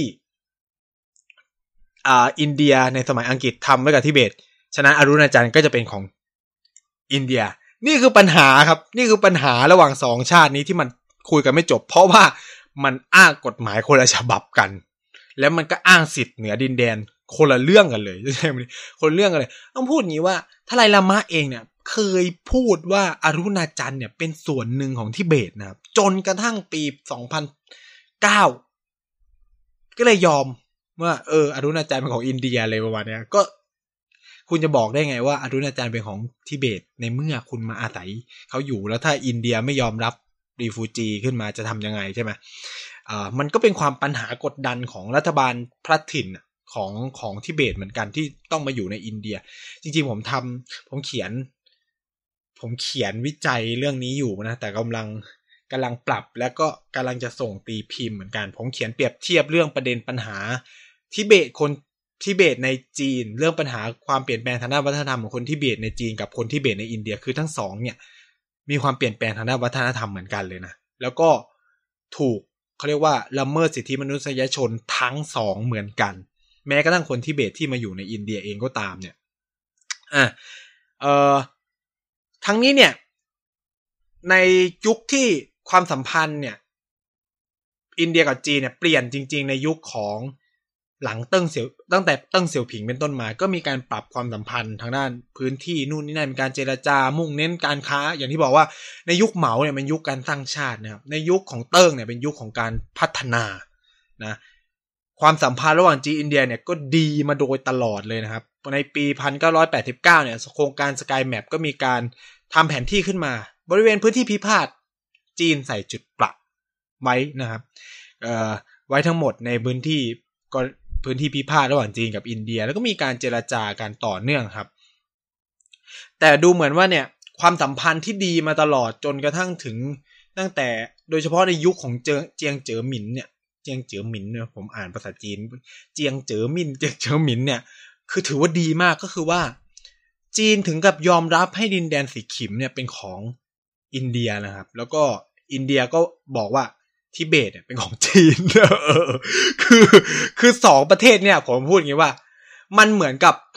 อ่าอินเดียในสมัยอังกฤษทำไว้กับทิเบตฉะนั้นอารุณาจันทร์ก็จะเป็นของอินเดียนี่คือปัญหาครับนี่คือปัญหาระหว่างสองชาตินี้ที่มันคุยกันไม่จบเพราะว่ามันอ้างกฎหมายคนละฉบับกันแล้วมันก็อ้างสิทธิ์เหนือดินแดนคนละเรื่องกันเลยใช่ไหมคนละเรื่องกันเลยต้องพูดอย่างนี้ว่าดาไลลามะเองเนี่ยเคยพูดว่าอารุณาจันทร์เนี่ยเป็นส่วนหนึ่งของทิเบตนะครับจนกระทั่งปีสองพันเก้าก็เลยยอมว่าเอออารุณาจันทร์เป็นของอินเดียอะไรประมาณนี้ก็คุณจะบอกได้ไงว่าอารุณาจันทร์เป็นของทิเบตในเมื่อคุณมาอาศัยเขาอยู่แล้วถ้าอินเดียไม่ยอมรับรีฟูจีขึ้นมาจะทำยังไงใช่ไหมอ่ามันก็เป็นความปัญหากดดันของรัฐบาลพลัดถิ่นของของทิเบตเหมือนกันที่ต้องมาอยู่ในอินเดียจริงๆผมทำผมเขียนผมเขียนวิจัยเรื่องนี้อยู่นะแต่กำลังกำลังปรับแล้วก็กำลังจะส่งตีพิมพ์เหมือนกันผมเขียนเปรียบเทียบเรื่องประเด็นปัญหาทิเบตคนทิเบตในจีนเรื่องปัญหาความเปลี่ยนแปลงทางด้านวัฒนธรรมของคนทิเบตในจีนกับคนทิเบตในอินเดียคือทั้งสองเนี่ยมีความเปลี่ยนแปลงทางด้านวัฒนธรรมเหมือนกันเลยนะแล้วก็ถูกเขาเรียกว่าละเมิดสิทธิมนุษยชนทั้งสองเหมือนกันแม้กระทั่งคนทิเบตที่มาอยู่ในอินเดียเองก็ตามเนี่ยอ่ะเอ่อทั้งนี้เนี่ยในยุคที่ความสัมพันธ์เนี่ยอินเดียกับจีนเนี่ยเปลี่ยนจริงๆในยุคของหลังเติ้งเสี่ยวตั้งแต่เติ้งเสี่ยวผิงเป็นต้นมาก็มีการปรับความสัมพันธ์ทางด้านพื้นที่นู่นนี่นั่นมีการเจรจามุ่งเน้นการค้าอย่างที่บอกว่าในยุคเหมาเนี่ยเป็นยุคการสร้างชาตินะครับในยุคของเติ้งเนี่ยเป็นยุคของการพัฒนานะความสัมพันธ์ระหว่างจีนอินเดียเนี่ยก็ดีมาโดยตลอดเลยนะครับในปีหนึ่งพันเก้าร้อยแปดสิบเก้าเนี่ยโครงการสกายแมปก็มีการทำแผนที่ขึ้นมาบริเวณพื้นที่พิพาทจีนใส่จุดประไว้นะครับเอ่อไว้ทั้งหมดในพื้นที่ก็พื้นที่พิพาทระหว่างจีนกับอินเดียแล้วก็มีการเจรจาการต่อเนื่องครับแต่ดูเหมือนว่าเนี่ยความสัมพันธ์ที่ดีมาตลอดจนกระทั่งถึงตั้งแต่โดยเฉพาะในยุคของเจียงเจียงเจ๋อหมินเนี่ยเจียงเจ๋อหมินเนี่ยผมอ่านภาษาจีนเจียงเจ๋อหมินเจียงเจ๋อหมินเนี่ยคือถือว่าดีมากก็คือว่าจีนถึงกับยอมรับให้ดินแดนสีขิมเนี่ยเป็นของอินเดียนะครับแล้วก็อินเดียก็บอกว่าทิเบตเนี่ยเป็นของจีนคือคือสองประเทศเนี่ยผมพูดอย่างนี้ว่ามันเหมือนกับ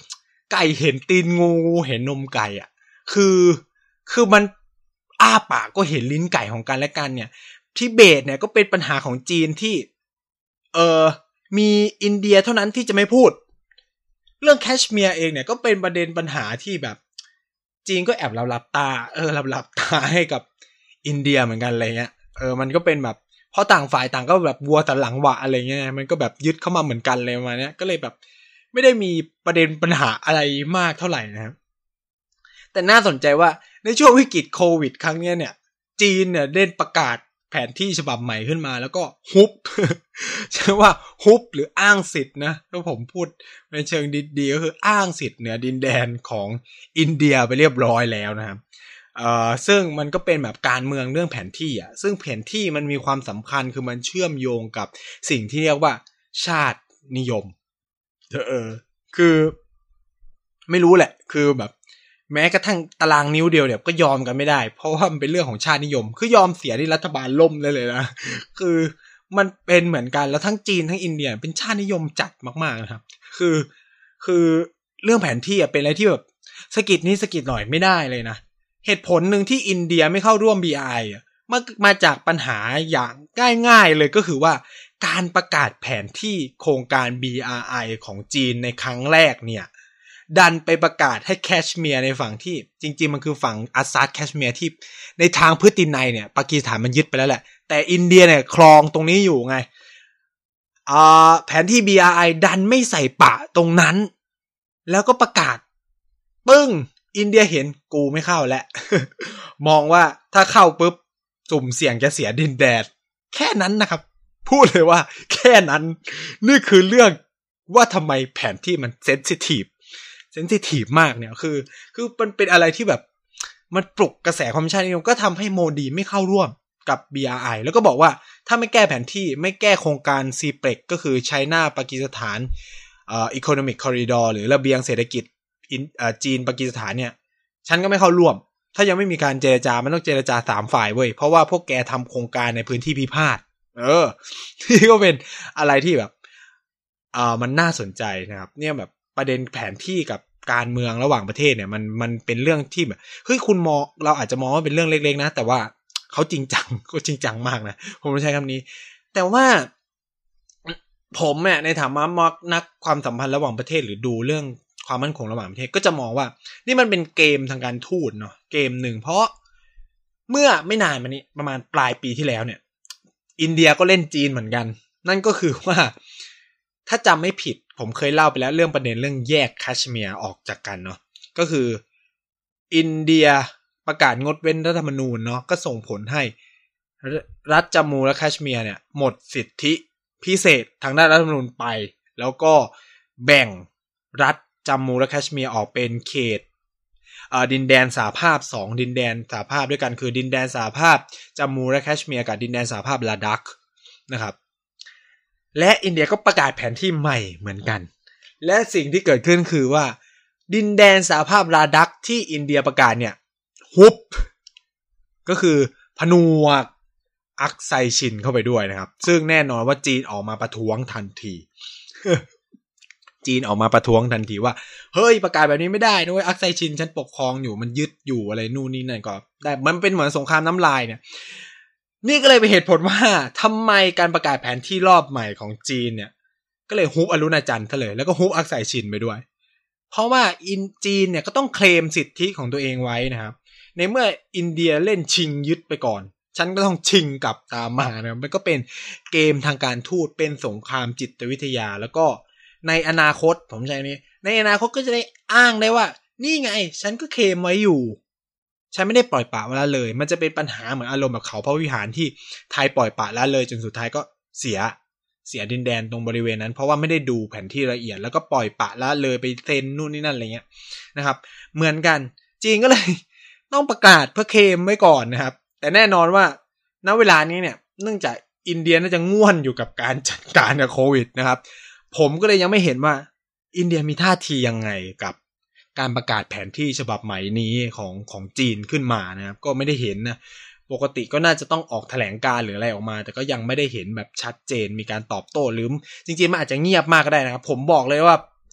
ไก่เห็นตีนงูเห็นนมไก่อ่ะคือคือมันอ้าปากก็เห็นลิ้นไก่ของกันและกันเนี่ยทิเบตเนี่ยก็เป็นปัญหาของจีนที่เออมีอินเดียเท่านั้นที่จะไม่พูดเรื่องแคชเมียร์เองเนี่ยก็เป็นประเด็นปัญหาที่แบบจีนก็แอบหลับตาเออหลับตาให้กับอินเดียเหมือนกันอะไรเงี้ยเออมันก็เป็นแบบเพราะต่างฝ่ายต่างก็แบบวัวแต่หลังหวะอะไรเงี้ยมันก็แบบยึดเข้ามาเหมือนกันเลยมาเนี้ยก็เลยแบบไม่ได้มีประเด็นปัญหาอะไรมากเท่าไหร่นะครับแต่น่าสนใจว่าในช่วงวิกฤตโควิดครั้งนี้เนี่ยจีนเนี่ยเล่นประกาศแผนที่ฉบับใหม่ขึ้นมาแล้วก็ฮุบใช่ว่าฮุบหรืออ้างสิทธิ์นะถ้าผมพูดในเชิงดีๆก็คืออ้างสิทธิ์เหนือดินแดนของอินเดียไปเรียบร้อยแล้วนะครับเอ่อซึ่งมันก็เป็นแบบการเมืองเรื่องแผนที่อ่ะซึ่งแผนที่มันมีความสำคัญคือมันเชื่อมโยงกับสิ่งที่เรียกว่าชาตินิยมเออคือไม่รู้แหละคือแบบแม้กระทั่งตารางนิ้วเดียวเนี่ยก็ยอมกันไม่ได้เพราะว่ามันเป็นเรื่องของชาตินิยมคือยอมเสียที่รัฐบาลล่มเลยเลยนะคือมันเป็นเหมือนกันแล้วทั้งจีนทั้งอินเดียเป็นชาตินิยมจัดมากๆนะครับคือคือเรื่องแผนที่อ่ะเป็นอะไรที่แบบสกิดนี้สกิดหน่อยไม่ได้เลยนะเหตุผลหนึ่งที่อินเดียไม่เข้าร่วม บี อาร์ ไอ อ่ะมามาจากปัญหาอย่างง่ายๆเลยก็คือว่าการประกาศแผนที่โครงการ บี อาร์ ไอ ของจีนในครั้งแรกเนี่ยดันไปประกาศให้แคชเมียร์ในฝั่งที่จริงๆมันคือฝั่งอาซาดแคชเมียร์ที่ในทางพื้นดินในเนี่ยปากีสถานมันยึดไปแล้วแหละแต่อินเดียเนี่ยครองตรงนี้อยู่ไงอ่าแผนที่ บี อาร์ ไอ ดันไม่ใส่ปะตรงนั้นแล้วก็ประกาศปึ้งอินเดียเห็นกูไม่เข้าแล้ว มองว่าถ้าเข้าปุ๊บสุ่มเสี่ยงจะเสียดินแดนแค่นั้นนะครับพูดเลยว่าแค่นั้นนี่คือเรื่องว่าทำไมแผนที่มันเซนซิทีฟเซนซิทีฟมากเนี่ยคือคือมันเป็นอะไรที่แบบมันปลุกกระแสความชาตินิยมก็ทำให้โมดีไม่เข้าร่วมกับ บี อาร์ ไอ แล้วก็บอกว่าถ้าไม่แก้แผนที่ไม่แก้โครงการ ซี พี อี ซี ก็คือไชน่าปากีสถานเอ่อ Economic Corridor หรือระเบียงเศรษฐกิจเอ่อจีนปากีสถานเนี่ยฉันก็ไม่เข้าร่วมถ้ายังไม่มีการเจรจามันต้องเจรจาสามฝ่ายเว้ยเพราะว่าพวกแกทำโครงการในพื้นที่พิพาทเออที่ก็เป็นอะไรที่แบบอ่ามันน่าสนใจนะครับเนี่ยแบบประเด็นแผนที่กับการเมืองระหว่างประเทศเนี่ยมันมันเป็นเรื่องที่แบบเฮ้ยคุณมองเราอาจจะมองว่าเป็นเรื่องเล็กๆนะแต่ว่าเขาจริงจังเขาจริงจังมากนะผมไม่ใช้คำนี้แต่ว่าผมเนี่ยในฐานะนักความสัมพันธ์ระหว่างประเทศหรือดูเรื่องความมั่นคงระหว่างประเทศก็จะมองว่านี่มันเป็นเกมทางการทูตเนาะเกมหนึ่งเพราะเมื่อไม่นานมานี้ประมาณปลายปีที่แล้วเนี่ยอินเดียก็เล่นจีนเหมือนกันนั่นก็คือว่าถ้าจำไม่ผิดผมเคยเล่าไปแล้วเรื่องประเด็นเรื่องแยกแคชเมียร์ออกจากกันเนาะก็คืออินเดียประกาศงดเว้นรัฐธรรมนูญเนาะก็ส่งผลให้รัฐจัมมูและแคชเมียร์เนี่ยหมดสิทธิพิเศษทางด้านรัฐธรรมนูญไปแล้วก็แบ่งรัฐจัมมูและแคชเมียร์ออกเป็นเขตดินแดนสหภาพสองดินแดนสหภาพด้วยกันคือดินแดนสหภาพจัมมูและแคชเมียร์กับดินแดนสหภาพลาดักนะครับและอินเดียก็ประกาศแผนที่ใหม่เหมือนกันและสิ่งที่เกิดขึ้นคือว่าดินแดนสหภาพลาดักที่อินเดียประกาศเนี่ยฮุบก็คือผนวกอักไซชินเข้าไปด้วยนะครับซึ่งแน่นอนว่าจีนออกมาประท้วงทันที จีนออกมาประท้วงทันทีว่าเฮ้ยประกาศแบบนี้ไม่ได้นะเว้ยอักไซชินฉันปกครองอยู่มันยึดอยู่อะไรนู่นนี่นั่นก็ได้มันเป็นเหมือนสงครามน้ำลายเนี่ยนี่ก็เลยเป็นเหตุผลว่าทำไมการประกาศแผนที่รอบใหม่ของจีนเนี่ยก็เลยฮุบอรุณาจันทร์ซะเลยแล้วก็ฮุบอักไซชินไปด้วยเพราะว่าอินจีนเนี่ยก็ต้องเคลมสิทธิของตัวเองไว้นะครับในเมื่ออินเดียเล่นชิงยึดไปก่อนฉันก็ต้องชิงกลับตามมานะมันก็เป็นเกมทางการทูตเป็นสงครามจิตวิทยาแล้วก็ในอนาคตผมใช้นี้ในอนาคตก็จะได้อ้างได้ว่านี่ไงฉันก็เคลมไว้อยู่ฉันไม่ได้ปล่อยปละละเลยมันจะเป็นปัญหาเหมือนอารมณ์แบบเขาพระวิหารที่ไทยปล่อยปละละเลยจนสุดท้ายก็เสียเสียดินแดนตรงบริเวณนั้นเพราะว่าไม่ได้ดูแผนที่ละเอียดแล้วก็ปล่อยปละละเลยไปเซ็นนู่นนี่นั่นอะไรเงี้ยนะครับเหมือนกันจีนก็เลยต้องประกาศเพื่อเคลมไว้ก่อนนะครับแต่แน่นอนว่าณเวลานี้เนี่ยเนื่องจากอินเดียน่าจะง่วนอยู่กับการจัดการกับโควิดนะครับผมก็เลยยังไม่เห็นว่าอินเดียมีท่าทียังไงกับการประกาศแผนที่ฉบับใหม่นี้ของของจีนขึ้นมานะครับก็ไม่ได้เห็นนะปกติก็น่าจะต้องออกแถลงการหรืออะไรออกมาแต่ก็ยังไม่ได้เห็นแบบชัดเจนมีการตอบโต้หรือจริงๆมันอาจจะเงียบมากก็ได้นะครับผมบอกเลยว่า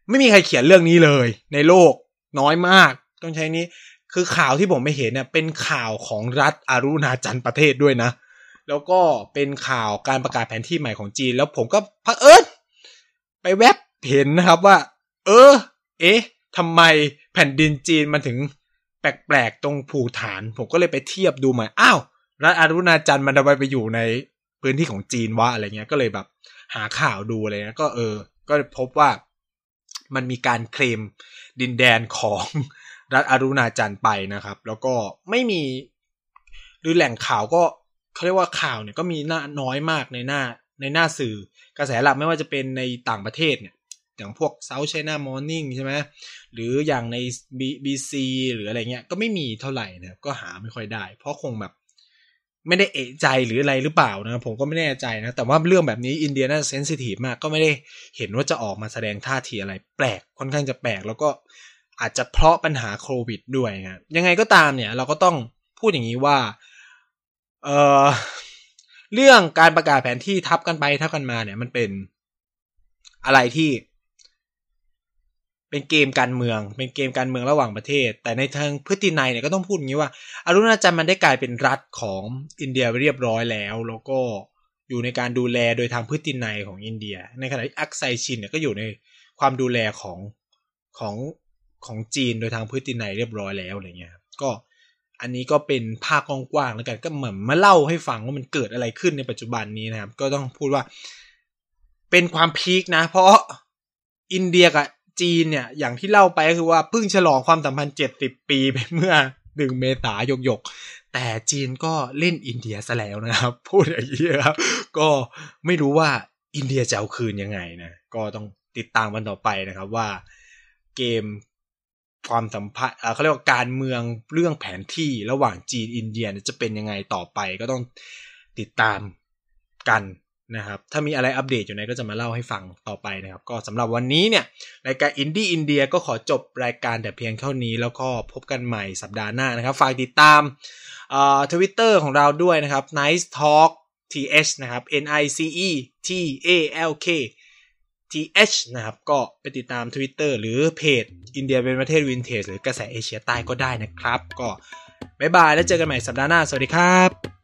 ไม่มีใครเขียนเรื่องนี้เลยในโลกน้อยมากต้องใช้นี้คือข่าวที่ผมไม่เห็นเนี่ยเป็นข่าวของรัฐอารุณาจันทร์ประเทศด้วยนะแล้วก็เป็นข่าวการประกาศแผนที่ใหม่ของจีนแล้วผมก็เผอิญไปแวบเห็นนะครับว่าเออเอ๊ะทำไมแผ่นดินจีนมันถึงแปลกๆตรงภูฐานผมก็เลยไปเทียบดูมาอ้าวรัฐอารุณาจันทร์มันทำไมไปอยู่ในพื้นที่ของจีนวะอะไรเงี้ยก็เลยแบบหาข่าวดูอะไรเงี้ยก็เออก็พบว่ามันมีการเคลมดินแดนของรัฐอารุณาจันทร์ไปนะครับแล้วก็ไม่มีหรือแหล่งข่าวก็เขาเรียกว่าข่าวเนี่ยก็มีหน้าน้อยมากในหน้าในหน้าสื่อกระแสหลักไม่ว่าจะเป็นในต่างประเทศเนี่ยอย่างพวก South China Morning ใช่ไหมหรืออย่างใน บี บี ซี หรืออะไรเงี้ยก็ไม่มีเท่าไหร่นะก็หาไม่ค่อยได้เพราะคงแบบไม่ได้เอะใจหรืออะไรหรือเปล่านะผมก็ไม่แน่ใจนะแต่ว่าเรื่องแบบนี้อินเดียน่าเซนซิทีฟมากก็ไม่ได้เห็นว่าจะออกมาแสดงท่าทีอะไรแปลกค่อนข้างจะแปลกแล้วก็อาจจะเพราะปัญหาโควิดด้วยนะยังไงก็ตามเนี่ยเราก็ต้องพูดอย่างนี้ว่าเอ่อเรื่องการประกาศแผนที่ทับกันไปทับกันมาเนี่ยมันเป็นอะไรที่เป็นเกมการเมืองเป็นเกมการเมืองระหว่างประเทศแต่ในทางพฤตินัยเนี่ยก็ต้องพูดอย่างนี้ว่าอารุณาจันทร์มันได้กลายเป็นรัฐของอินเดียไปเรียบร้อยแล้วแล้วก็อยู่ในการดูแลโดยทางพฤตินัยของอินเดียในขณะที่อักไซชินเนี่ยก็อยู่ในความดูแลของของของจีนโดยทางพฤตินัยเรียบร้อยแล้วอะไรเงี้ยก็อันนี้ก็เป็นภาพกว้างๆแล้วกันก็เหมือนมาเล่าให้ฟังว่ามันเกิดอะไรขึ้นในปัจจุบันนี้นะครับก็ต้องพูดว่าเป็นความพีคนะเพราะอินเดียกับจีนเนี่ยอย่างที่เล่าไปก็คือว่าเพิ่งฉลองความสัมพันธ์เจ็ดสิบปีไปเมื่อหนึ่งเมษายนยกๆแต่จีนก็เล่นอินเดียซะแล้วนะครับพูดอย่างนี้ครับก็ไม่รู้ว่าอินเดียจะเอาคืนยังไงนะก็ต้องติดตามกันต่อไปนะครับว่าเกมความสัมพันธ์เขาเรียกว่าการเมืองเรื่องแผนที่ระหว่างจีนอินเดียจะเป็นยังไงต่อไปก็ต้องติดตามกันนะครับถ้ามีอะไรอัปเดตอยู่ไหนก็จะมาเล่าให้ฟังต่อไปนะครับก็สำหรับวันนี้เนี่ยรายการอินดี้อินเดียก็ขอจบรายการแต่เพียงเท่านี้แล้วก็พบกันใหม่สัปดาห์หน้านะครับฝากติดตามเอ่อ Twitter ของเราด้วยนะครับ Nice Talk ที เอช นะครับ N I C E T A L K ที เอช นะครับก็ไปติดตาม Twitter หรือเพจอินเดียเป็นประเทศวินเทจหรือกระแสเอเชียใต้ก็ได้นะครับก็บ๊ายบายแล้วเจอกันใหม่สัปดาห์หน้าสวัสดีครับ